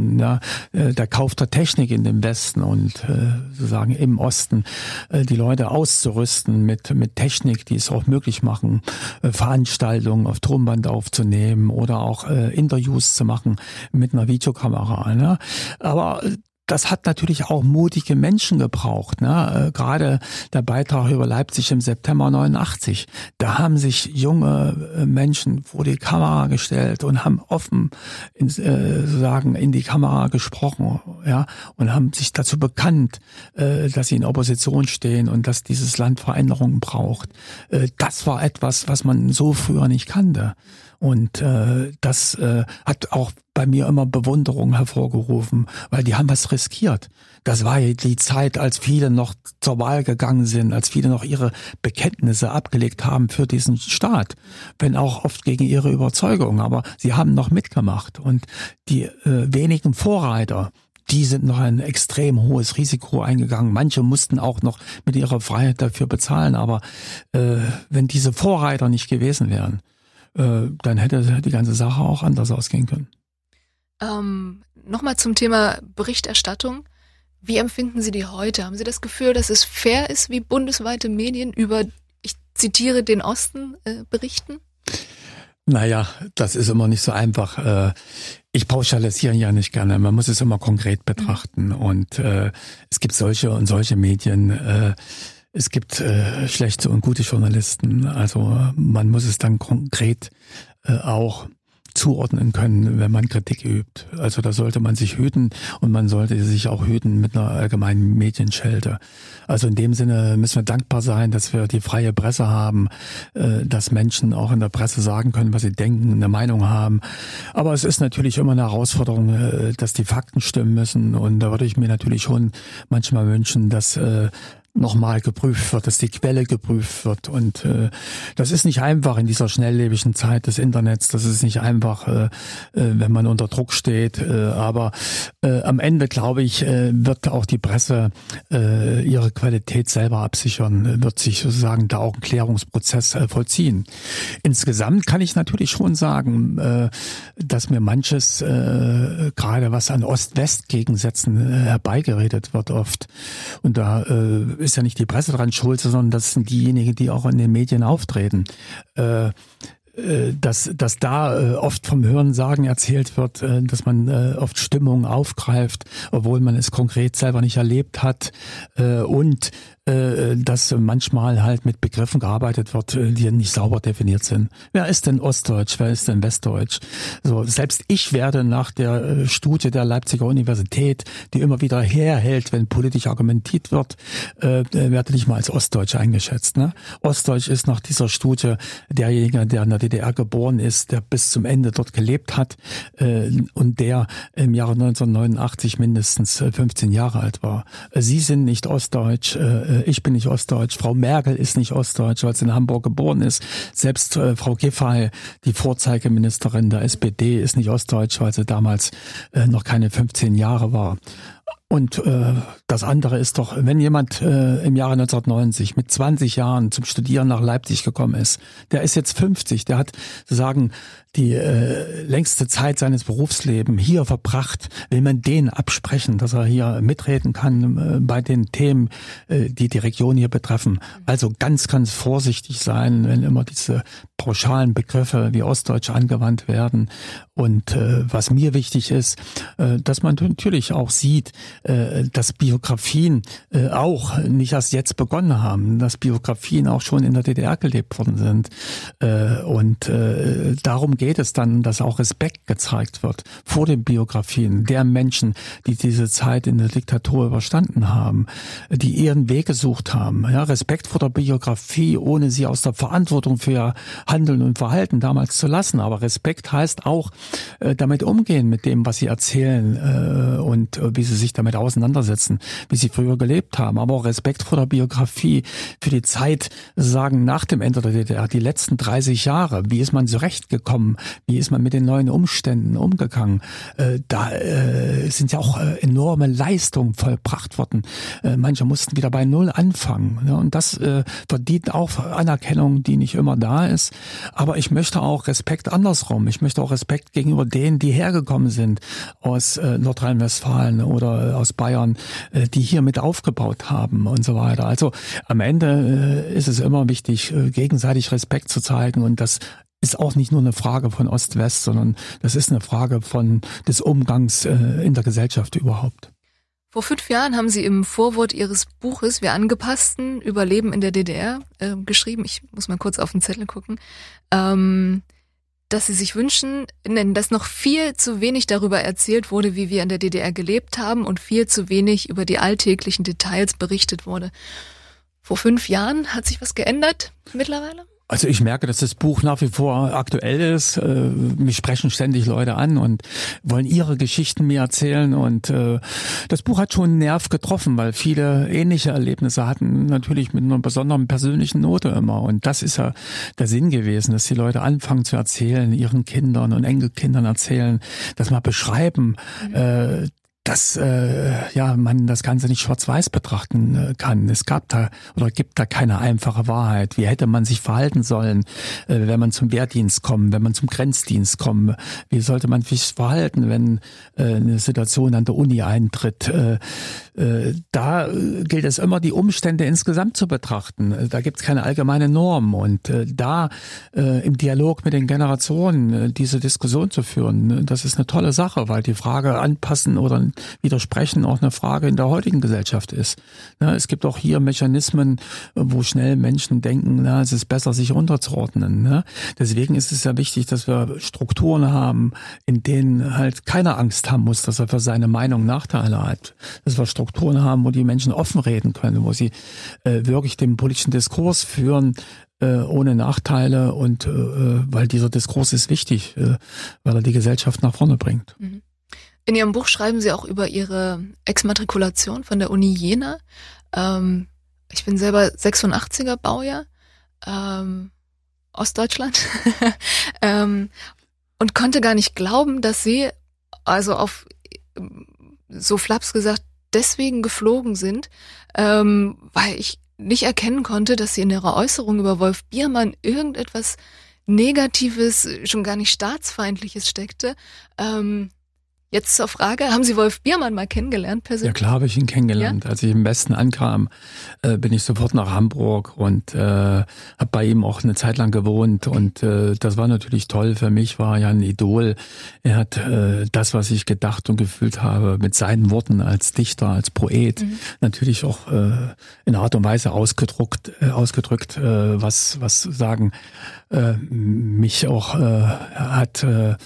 Der Kauf der Technik in dem Westen und sozusagen im Osten die Leute auszurüsten mit Technik, die es auch möglich machen, Veranstaltungen auf Tonband aufzunehmen oder auch Interviews zu machen mit einer Videokamera. Ne? Aber das hat natürlich auch mutige Menschen gebraucht, ne? Gerade der Beitrag über Leipzig im September 89. Da haben sich junge Menschen vor die Kamera gestellt und haben offen sozusagen in die Kamera gesprochen, ja, und haben sich dazu bekannt, dass sie in Opposition stehen und dass dieses Land Veränderungen braucht. Das war etwas, was man so früher nicht kannte. Und das hat auch bei mir immer Bewunderung hervorgerufen, weil die haben was riskiert. Das war ja die Zeit, als viele noch zur Wahl gegangen sind, als viele noch ihre Bekenntnisse abgelegt haben für diesen Staat, wenn auch oft gegen ihre Überzeugung. Aber sie haben noch mitgemacht und die wenigen Vorreiter, die sind noch ein extrem hohes Risiko eingegangen. Manche mussten auch noch mit ihrer Freiheit dafür bezahlen. Aber wenn diese Vorreiter nicht gewesen wären, dann hätte die ganze Sache auch anders ausgehen können. Nochmal zum Thema Berichterstattung. Wie empfinden Sie die heute? Haben Sie das Gefühl, dass es fair ist, wie bundesweite Medien über, ich zitiere, den Osten berichten? Naja, das ist immer nicht so einfach. Ich pauschalisiere ja nicht gerne. Man muss es immer konkret betrachten. Und es gibt solche und solche Medien. Es gibt schlechte und gute Journalisten. Also man muss es dann konkret auch zuordnen können, wenn man Kritik übt. Also da sollte man sich hüten und man sollte sich auch hüten mit einer allgemeinen Medienschelte. Also in dem Sinne müssen wir dankbar sein, dass wir die freie Presse haben, dass Menschen auch in der Presse sagen können, was sie denken, eine Meinung haben. Aber es ist natürlich immer eine Herausforderung, dass die Fakten stimmen müssen und da würde ich mir natürlich schon manchmal wünschen, dass nochmal geprüft wird, dass die Quelle geprüft wird. Und das ist nicht einfach in dieser schnelllebigen Zeit des Internets. Das ist nicht einfach, wenn man unter Druck steht. Aber am Ende, glaube ich, wird auch die Presse ihre Qualität selber absichern, wird sich sozusagen da auch ein Klärungsprozess vollziehen. Insgesamt kann ich natürlich schon sagen, dass mir manches, gerade was an Ost-West-Gegensätzen herbeigeredet wird oft. Und da ist ja nicht die Presse dran schuld, sondern das sind diejenigen, die auch in den Medien auftreten. Dass da oft vom Hörensagen erzählt wird, dass man oft Stimmung aufgreift, obwohl man es konkret selber nicht erlebt hat. Und dass manchmal halt mit Begriffen gearbeitet wird, die nicht sauber definiert sind. Wer ist denn Ostdeutsch? Wer ist denn Westdeutsch? So, selbst ich werde nach der Studie der Leipziger Universität, die immer wieder herhält, wenn politisch argumentiert wird, werde nicht mal als Ostdeutsch eingeschätzt. Ne? Ostdeutsch ist nach dieser Studie derjenige, der in der DDR geboren ist, der bis zum Ende dort gelebt hat und der im Jahre 1989 mindestens 15 Jahre alt war. Sie sind nicht Ostdeutsch, ich bin nicht Ostdeutsch, Frau Merkel ist nicht Ostdeutsch, weil sie in Hamburg geboren ist. Selbst Frau Giffey, die Vorzeigeministerin der SPD, ist nicht Ostdeutsch, weil sie damals noch keine 15 Jahre war. Und das andere ist doch, wenn jemand im Jahre 1990 mit 20 Jahren zum Studieren nach Leipzig gekommen ist, der ist jetzt 50, der hat sozusagen die längste Zeit seines Berufslebens hier verbracht, will man den absprechen, dass er hier mitreden kann bei den Themen, die die Region hier betreffen. Also ganz, ganz vorsichtig sein, wenn immer diese pauschalen Begriffe wie Ostdeutsch angewandt werden. Und was mir wichtig ist, dass man natürlich auch sieht, dass Biografien auch nicht erst jetzt begonnen haben, dass Biografien auch schon in der DDR gelebt worden sind. Und darum geht es dann, dass auch Respekt gezeigt wird vor den Biografien der Menschen, die diese Zeit in der Diktatur überstanden haben, die ihren Weg gesucht haben. Ja, Respekt vor der Biografie, ohne sie aus der Verantwortung für ihr Handeln und Verhalten damals zu lassen. Aber Respekt heißt auch, damit umgehen mit dem, was sie erzählen und wie sie sich damit auseinandersetzen, wie sie früher gelebt haben. Aber auch Respekt vor der Biografie für die Zeit, sagen nach dem Ende der DDR, die letzten 30 Jahre. Wie ist man zurechtgekommen? Wie ist man mit den neuen Umständen umgegangen? Da sind ja auch enorme Leistungen vollbracht worden. Manche mussten wieder bei Null anfangen. Ja, und das verdient auch Anerkennung, die nicht immer da ist. Aber ich möchte auch Respekt andersrum. Ich möchte auch Respekt gegenüber denen, die hergekommen sind aus Nordrhein-Westfalen oder aus Bayern, die hier mit aufgebaut haben und so weiter. Also am Ende ist es immer wichtig, gegenseitig Respekt zu zeigen, und das ist auch nicht nur eine Frage von Ost-West, sondern das ist eine Frage des Umgangs in der Gesellschaft überhaupt. Vor 5 Jahren haben Sie im Vorwort Ihres Buches Wir Angepassten Überleben in der DDR geschrieben, ich muss mal kurz auf den Zettel gucken, dass Sie sich wünschen, dass noch viel zu wenig darüber erzählt wurde, wie wir in der DDR gelebt haben, und viel zu wenig über die alltäglichen Details berichtet wurde. Vor 5 Jahren hat sich was geändert mittlerweile? Also ich merke, dass das Buch nach wie vor aktuell ist. Mich sprechen ständig Leute an und wollen ihre Geschichten mir erzählen. Und das Buch hat schon einen Nerv getroffen, weil viele ähnliche Erlebnisse hatten, natürlich mit einer besonderen persönlichen Note immer. Und das ist ja der Sinn gewesen, dass die Leute anfangen zu erzählen, ihren Kindern und Enkelkindern erzählen, dass man beschreiben, dass man das Ganze nicht schwarz-weiß betrachten kann. Es gab da oder gibt da keine einfache Wahrheit. Wie hätte man sich verhalten sollen, wenn man zum Wehrdienst kommt, wenn man zum Grenzdienst kommt? Wie sollte man sich verhalten, wenn eine Situation an der Uni eintritt? Da gilt es immer, die Umstände insgesamt zu betrachten. Da gibt es keine allgemeine Norm. Und da im Dialog mit den Generationen diese Diskussion zu führen, das ist eine tolle Sache, weil die Frage anpassen oder widersprechen auch eine Frage in der heutigen Gesellschaft ist. Es gibt auch hier Mechanismen, wo schnell Menschen denken, es ist besser, sich unterzuordnen. Deswegen ist es ja wichtig, dass wir Strukturen haben, in denen halt keiner Angst haben muss, dass er für seine Meinung Nachteile hat. Dass wir Strukturen haben, wo die Menschen offen reden können, wo sie wirklich den politischen Diskurs führen, ohne Nachteile, und weil dieser Diskurs ist wichtig, weil er die Gesellschaft nach vorne bringt. Mhm. In Ihrem Buch schreiben Sie auch über Ihre Exmatrikulation von der Uni Jena. Ich bin selber 86er Baujahr, Ostdeutschland, und konnte gar nicht glauben, dass Sie, also auf, so flaps gesagt, deswegen geflogen sind, weil ich nicht erkennen konnte, dass Sie in Ihrer Äußerung über Wolf Biermann irgendetwas Negatives, schon gar nicht Staatsfeindliches steckte. Jetzt zur Frage, haben Sie Wolf Biermann mal kennengelernt persönlich? Ja klar habe ich ihn kennengelernt. Ja? Als ich im Westen ankam, bin ich sofort nach Hamburg und habe bei ihm auch eine Zeit lang gewohnt. Und das war natürlich toll. Für mich war ja ein Idol. Er hat das, was ich gedacht und gefühlt habe, mit seinen Worten als Dichter, als Poet, natürlich auch in einer Art und Weise ausgedrückt, was sagen mich auch hat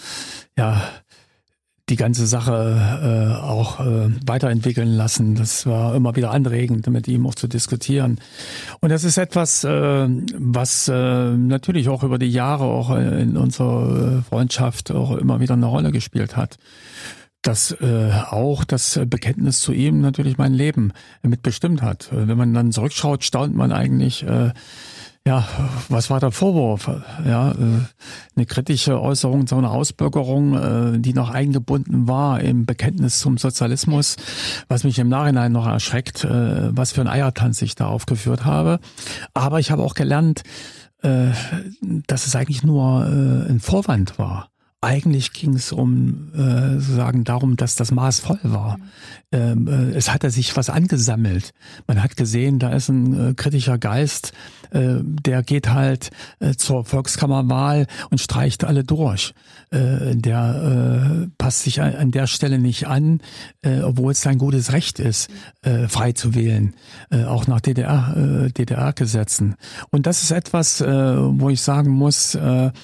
die ganze Sache auch weiterentwickeln lassen. Das war immer wieder anregend, mit ihm auch zu diskutieren. Und das ist etwas, was natürlich auch über die Jahre auch in unserer Freundschaft auch immer wieder eine Rolle gespielt hat. Dass auch das Bekenntnis zu ihm natürlich mein Leben mitbestimmt hat. Wenn man dann zurückschaut, staunt man eigentlich, was war der Vorwurf? Ja, eine kritische Äußerung zu einer Ausbürgerung, die noch eingebunden war im Bekenntnis zum Sozialismus, was mich im Nachhinein noch erschreckt, was für ein Eiertanz ich da aufgeführt habe. Aber ich habe auch gelernt, dass es eigentlich nur ein Vorwand war. Eigentlich ging es sozusagen darum, dass das Maß voll war. Es hatte sich was angesammelt. Man hat gesehen, da ist ein kritischer Geist, der geht halt zur Volkskammerwahl und streicht alle durch. Der passt sich an der Stelle nicht an, obwohl es sein gutes Recht ist, frei zu wählen, auch nach DDR-Gesetzen. Und das ist etwas, wo ich sagen muss,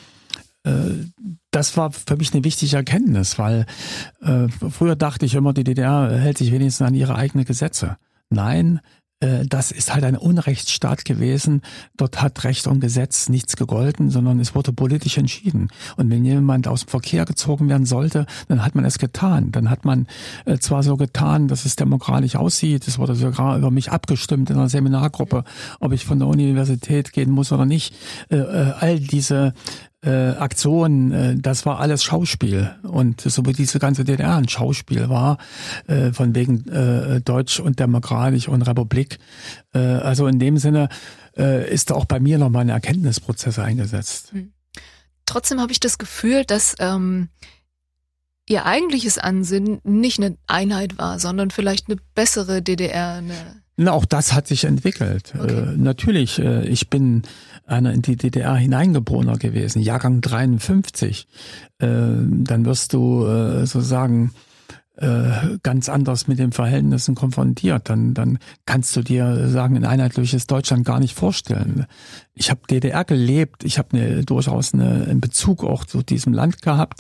das war für mich eine wichtige Erkenntnis, weil früher dachte ich immer, die DDR hält sich wenigstens an ihre eigenen Gesetze. Nein, das ist halt ein Unrechtsstaat gewesen. Dort hat Recht und Gesetz nichts gegolten, sondern es wurde politisch entschieden. Und wenn jemand aus dem Verkehr gezogen werden sollte, dann hat man es getan. Dann hat man zwar so getan, dass es demokratisch aussieht. Es wurde sogar über mich abgestimmt in einer Seminargruppe, ob ich von der Universität gehen muss oder nicht. All diese Aktionen, das war alles Schauspiel. Und so wie diese ganze DDR ein Schauspiel war, von wegen Deutsch und Demokratisch und Republik. Also in dem Sinne ist auch bei mir nochmal ein Erkenntnisprozess eingesetzt. Trotzdem habe ich das Gefühl, dass Ihr eigentliches Ansinnen nicht eine Einheit war, sondern vielleicht eine bessere DDR. Na, auch das hat sich entwickelt. Okay. Natürlich, ich bin einer in die DDR hineingeborener gewesen, Jahrgang 53. Dann wirst du sozusagen ganz anders mit den Verhältnissen konfrontiert. Dann kannst du dir sagen, ein einheitliches Deutschland gar nicht vorstellen. Ich habe DDR gelebt, ich habe durchaus einen Bezug auch zu diesem Land gehabt,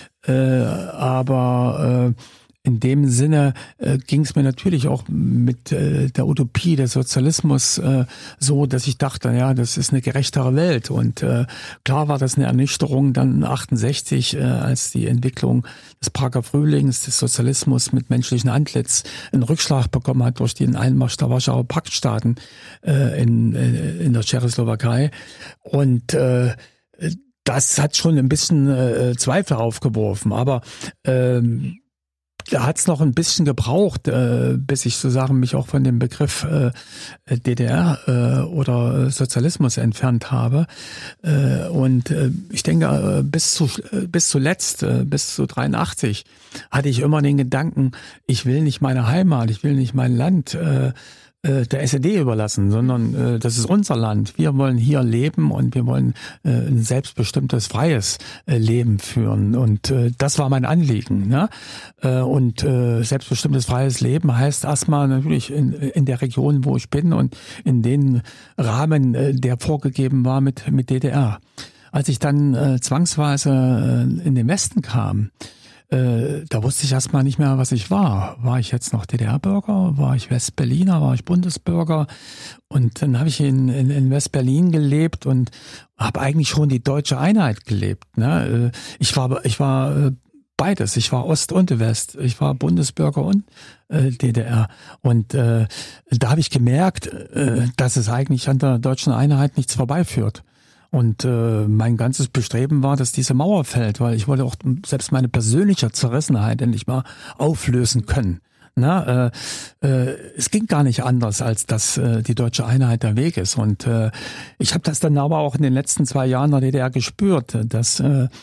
aber in dem Sinne ging es mir natürlich auch mit der Utopie des Sozialismus so, dass ich dachte, ja, das ist eine gerechtere Welt. Und klar war das eine Ernüchterung dann 68, als die Entwicklung des Prager Frühlings, des Sozialismus mit menschlichem Antlitz einen Rückschlag bekommen hat durch den Einmarsch der Warschauer Paktstaaten in der Tschechoslowakei. Und das hat schon ein bisschen Zweifel aufgeworfen, aber da hat es noch ein bisschen gebraucht, bis ich sozusagen mich auch von dem Begriff DDR oder Sozialismus entfernt habe. Und ich denke, bis zuletzt, bis zu 83, hatte ich immer den Gedanken, ich will nicht meine Heimat, ich will nicht mein Land der SED überlassen, sondern das ist unser Land. Wir wollen hier leben und wir wollen ein selbstbestimmtes, freies Leben führen. Und das war mein Anliegen. Ne? Und selbstbestimmtes, freies Leben heißt erstmal natürlich in der Region, wo ich bin und in den Rahmen, der vorgegeben war mit DDR. Als ich dann zwangsweise in den Westen kam, da wusste ich erstmal nicht mehr, was ich war. War ich jetzt noch DDR-Bürger? War ich Westberliner? War ich Bundesbürger? Und dann habe ich in Westberlin gelebt und habe eigentlich schon die deutsche Einheit gelebt. Ne? Ich war beides. Ich war Ost und West. Ich war Bundesbürger und DDR. Und da habe ich gemerkt, dass es eigentlich an der deutschen Einheit nichts vorbeiführt. Und mein ganzes Bestreben war, dass diese Mauer fällt, weil ich wollte auch selbst meine persönliche Zerrissenheit endlich mal auflösen können. Na, es ging gar nicht anders, als dass die deutsche Einheit der Weg ist. Und ich habe das dann aber auch in den letzten 2 Jahren der DDR gespürt, dass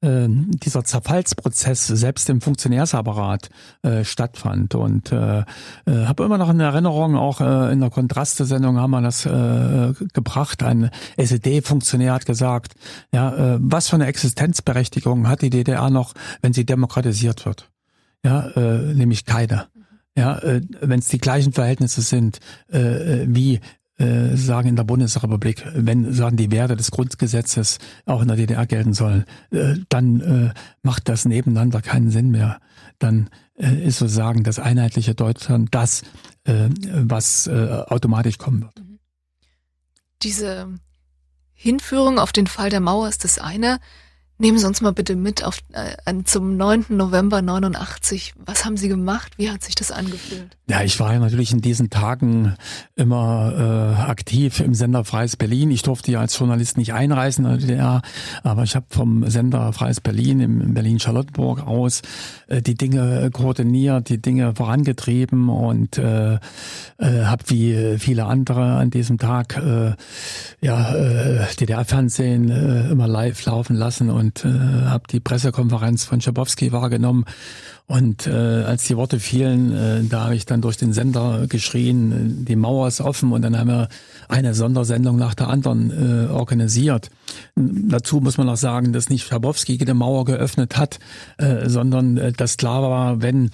dieser Zerfallsprozess selbst im Funktionärsapparat stattfand. Und habe immer noch in Erinnerung, auch in der Kontraste-Sendung haben wir das gebracht. Ein SED-Funktionär hat gesagt, ja, was für eine Existenzberechtigung hat die DDR noch, wenn sie demokratisiert wird? Ja, nämlich keine. Ja, wenn es die gleichen Verhältnisse sind wie sagen in der Bundesrepublik, wenn sagen die Werte des Grundgesetzes auch in der DDR gelten sollen, dann macht das nebeneinander keinen Sinn mehr. Dann ist sozusagen das einheitliche Deutschland das, was automatisch kommen wird. Diese Hinführung auf den Fall der Mauer ist das eine. Nehmen Sie uns mal bitte mit zum 9. November 89. Was haben Sie gemacht? Wie hat sich das angefühlt? Ja, ich war ja natürlich in diesen Tagen immer aktiv im Sender Freies Berlin. Ich durfte ja als Journalist nicht einreisen in der DDR, aber ich habe vom Sender Freies Berlin in Berlin-Charlottenburg aus die Dinge koordiniert, die Dinge vorangetrieben und habe wie viele andere an diesem Tag DDR-Fernsehen immer live laufen lassen und habe die Pressekonferenz von Schabowski wahrgenommen. Und als die Worte fielen, da habe ich dann durch den Sender geschrien, die Mauer ist offen, und dann haben wir eine Sondersendung nach der anderen organisiert. Dazu muss man auch sagen, dass nicht Schabowski die Mauer geöffnet hat, sondern dass klar war, wenn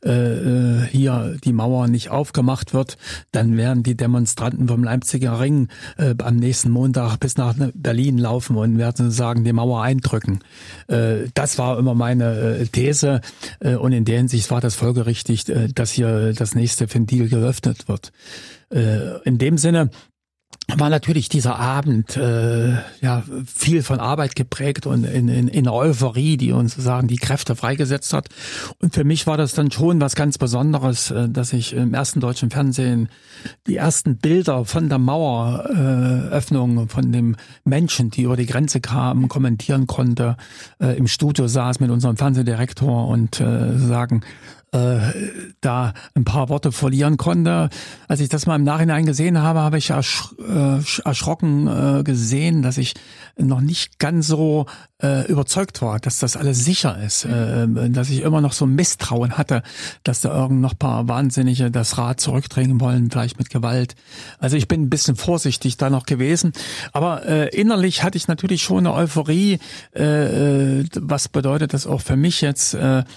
hier die Mauer nicht aufgemacht wird, dann werden die Demonstranten vom Leipziger Ring am nächsten Montag bis nach Berlin laufen und werden sozusagen die Mauer eindrücken. Das war immer meine These. Und in der Hinsicht war das folgerichtig, dass hier das nächste Ventil geöffnet wird. In dem Sinne war natürlich dieser Abend viel von Arbeit geprägt und in Euphorie, die uns sozusagen die Kräfte freigesetzt hat. Und für mich war das dann schon was ganz Besonderes, dass ich im ersten deutschen Fernsehen die ersten Bilder von der Maueröffnung, von dem Menschen, die über die Grenze kamen, kommentieren konnte, im Studio saß mit unserem Fernsehdirektor und sagen, da ein paar Worte verlieren konnte. Als ich das mal im Nachhinein gesehen habe, habe ich erschrocken gesehen, dass ich noch nicht ganz so überzeugt war, dass das alles sicher ist, dass ich immer noch so ein Misstrauen hatte, dass da irgend noch ein paar Wahnsinnige das Rad zurückdrängen wollen, vielleicht mit Gewalt. Also ich bin ein bisschen vorsichtig da noch gewesen, aber innerlich hatte ich natürlich schon eine Euphorie. Was bedeutet das auch für mich jetzt,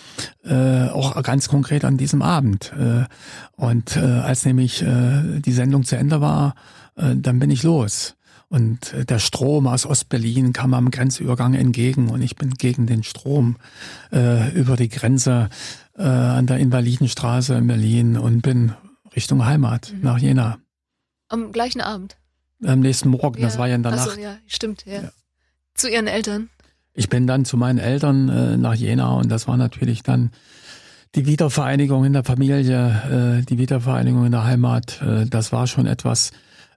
auch ganz konkret an diesem Abend. Und als nämlich die Sendung zu Ende war, dann bin ich los. Und der Strom aus Ostberlin kam am Grenzübergang entgegen und ich bin gegen den Strom über die Grenze an der Invalidenstraße in Berlin und bin Richtung Heimat, nach Jena. Am gleichen Abend? Am nächsten Morgen, ja. Das war ja in der Nacht. Ach so, ja, stimmt, ja. Zu Ihren Eltern? Ich bin dann zu meinen Eltern nach Jena und das war natürlich dann die Wiedervereinigung in der Familie, die Wiedervereinigung in der Heimat. Das war schon etwas,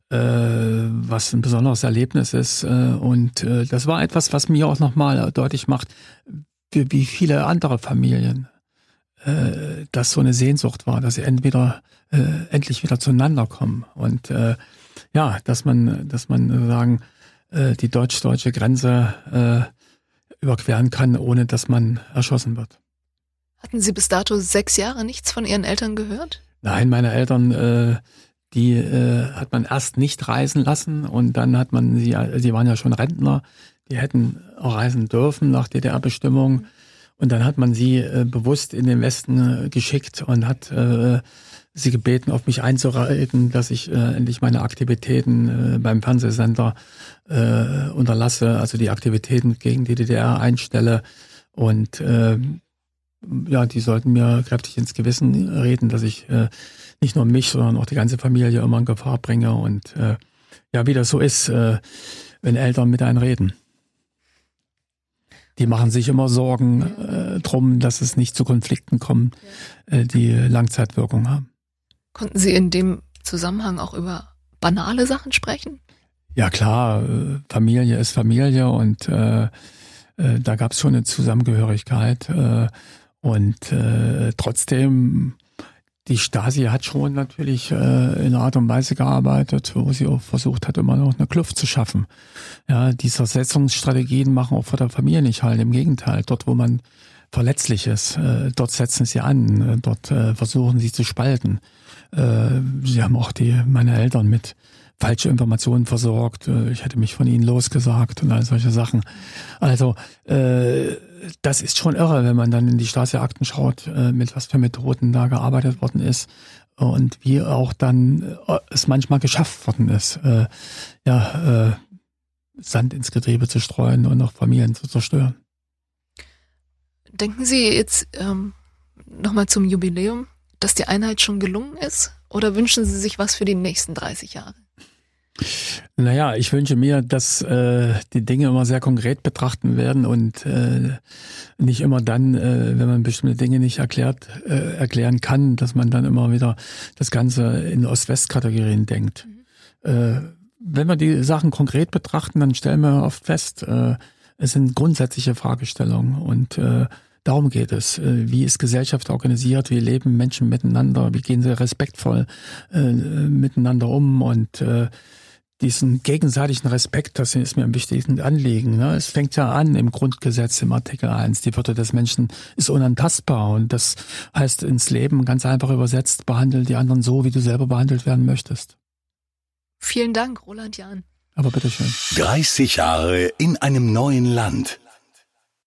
was ein besonderes Erlebnis ist. Und das war etwas, was mir auch nochmal deutlich macht, wie viele andere Familien, dass so eine Sehnsucht war, dass sie endlich wieder zueinander kommen. Und dass man sozusagen die deutsch-deutsche Grenze überqueren kann, ohne dass man erschossen wird. Hatten Sie bis dato 6 Jahre nichts von Ihren Eltern gehört? Nein, meine Eltern, die hat man erst nicht reisen lassen und dann hat man sie waren ja schon Rentner, die hätten auch reisen dürfen nach DDR-Bestimmung und dann hat man sie bewusst in den Westen geschickt und hat sie gebeten, auf mich einzureden, dass ich endlich meine Aktivitäten beim Fernsehsender unterlasse, also die Aktivitäten gegen die DDR einstelle und die sollten mir kräftig ins Gewissen reden, dass ich nicht nur mich, sondern auch die ganze Familie immer in Gefahr bringe und wie das so ist, wenn Eltern mit einem reden. Die machen sich immer Sorgen drum, dass es nicht zu Konflikten kommt, die Langzeitwirkung haben. Konnten Sie in dem Zusammenhang auch über banale Sachen sprechen? Ja klar, Familie ist Familie und da gab es schon eine Zusammengehörigkeit und trotzdem die Stasi hat schon natürlich in einer Art und Weise gearbeitet, wo sie auch versucht hat, immer noch eine Kluft zu schaffen. Ja, die Zersetzungsstrategien machen auch vor der Familie nicht halt. Im Gegenteil, dort, wo man verletzlich ist, dort setzen sie an, dort versuchen sie zu spalten. Sie haben auch meine Eltern mit falsche Informationen versorgt. Ich hätte mich von ihnen losgesagt und all solche Sachen. Also das ist schon irre, wenn man dann in die Stasi-Akten schaut, mit was für Methoden da gearbeitet worden ist und wie auch dann es manchmal geschafft worden ist, Sand ins Getriebe zu streuen und auch Familien zu zerstören. Denken Sie jetzt nochmal zum Jubiläum, dass die Einheit schon gelungen ist? Oder wünschen Sie sich was für die nächsten 30 Jahre? Naja, ich wünsche mir, dass die Dinge immer sehr konkret betrachten werden und nicht immer dann, wenn man bestimmte Dinge nicht erklären kann, dass man dann immer wieder das Ganze in Ost-West-Kategorien denkt. Wenn wir die Sachen konkret betrachten, dann stellen wir oft fest, es sind grundsätzliche Fragestellungen und darum geht es. Wie ist Gesellschaft organisiert? Wie leben Menschen miteinander? Wie gehen sie respektvoll miteinander um? Und diesen gegenseitigen Respekt, das ist mir ein wichtiges Anliegen. Ne? Es fängt ja an im Grundgesetz, im Artikel 1. Die Würde des Menschen ist unantastbar. Und das heißt ins Leben ganz einfach übersetzt, behandle die anderen so, wie du selber behandelt werden möchtest. Vielen Dank, Roland Jahn. Aber bitteschön. 30 Jahre in einem neuen Land.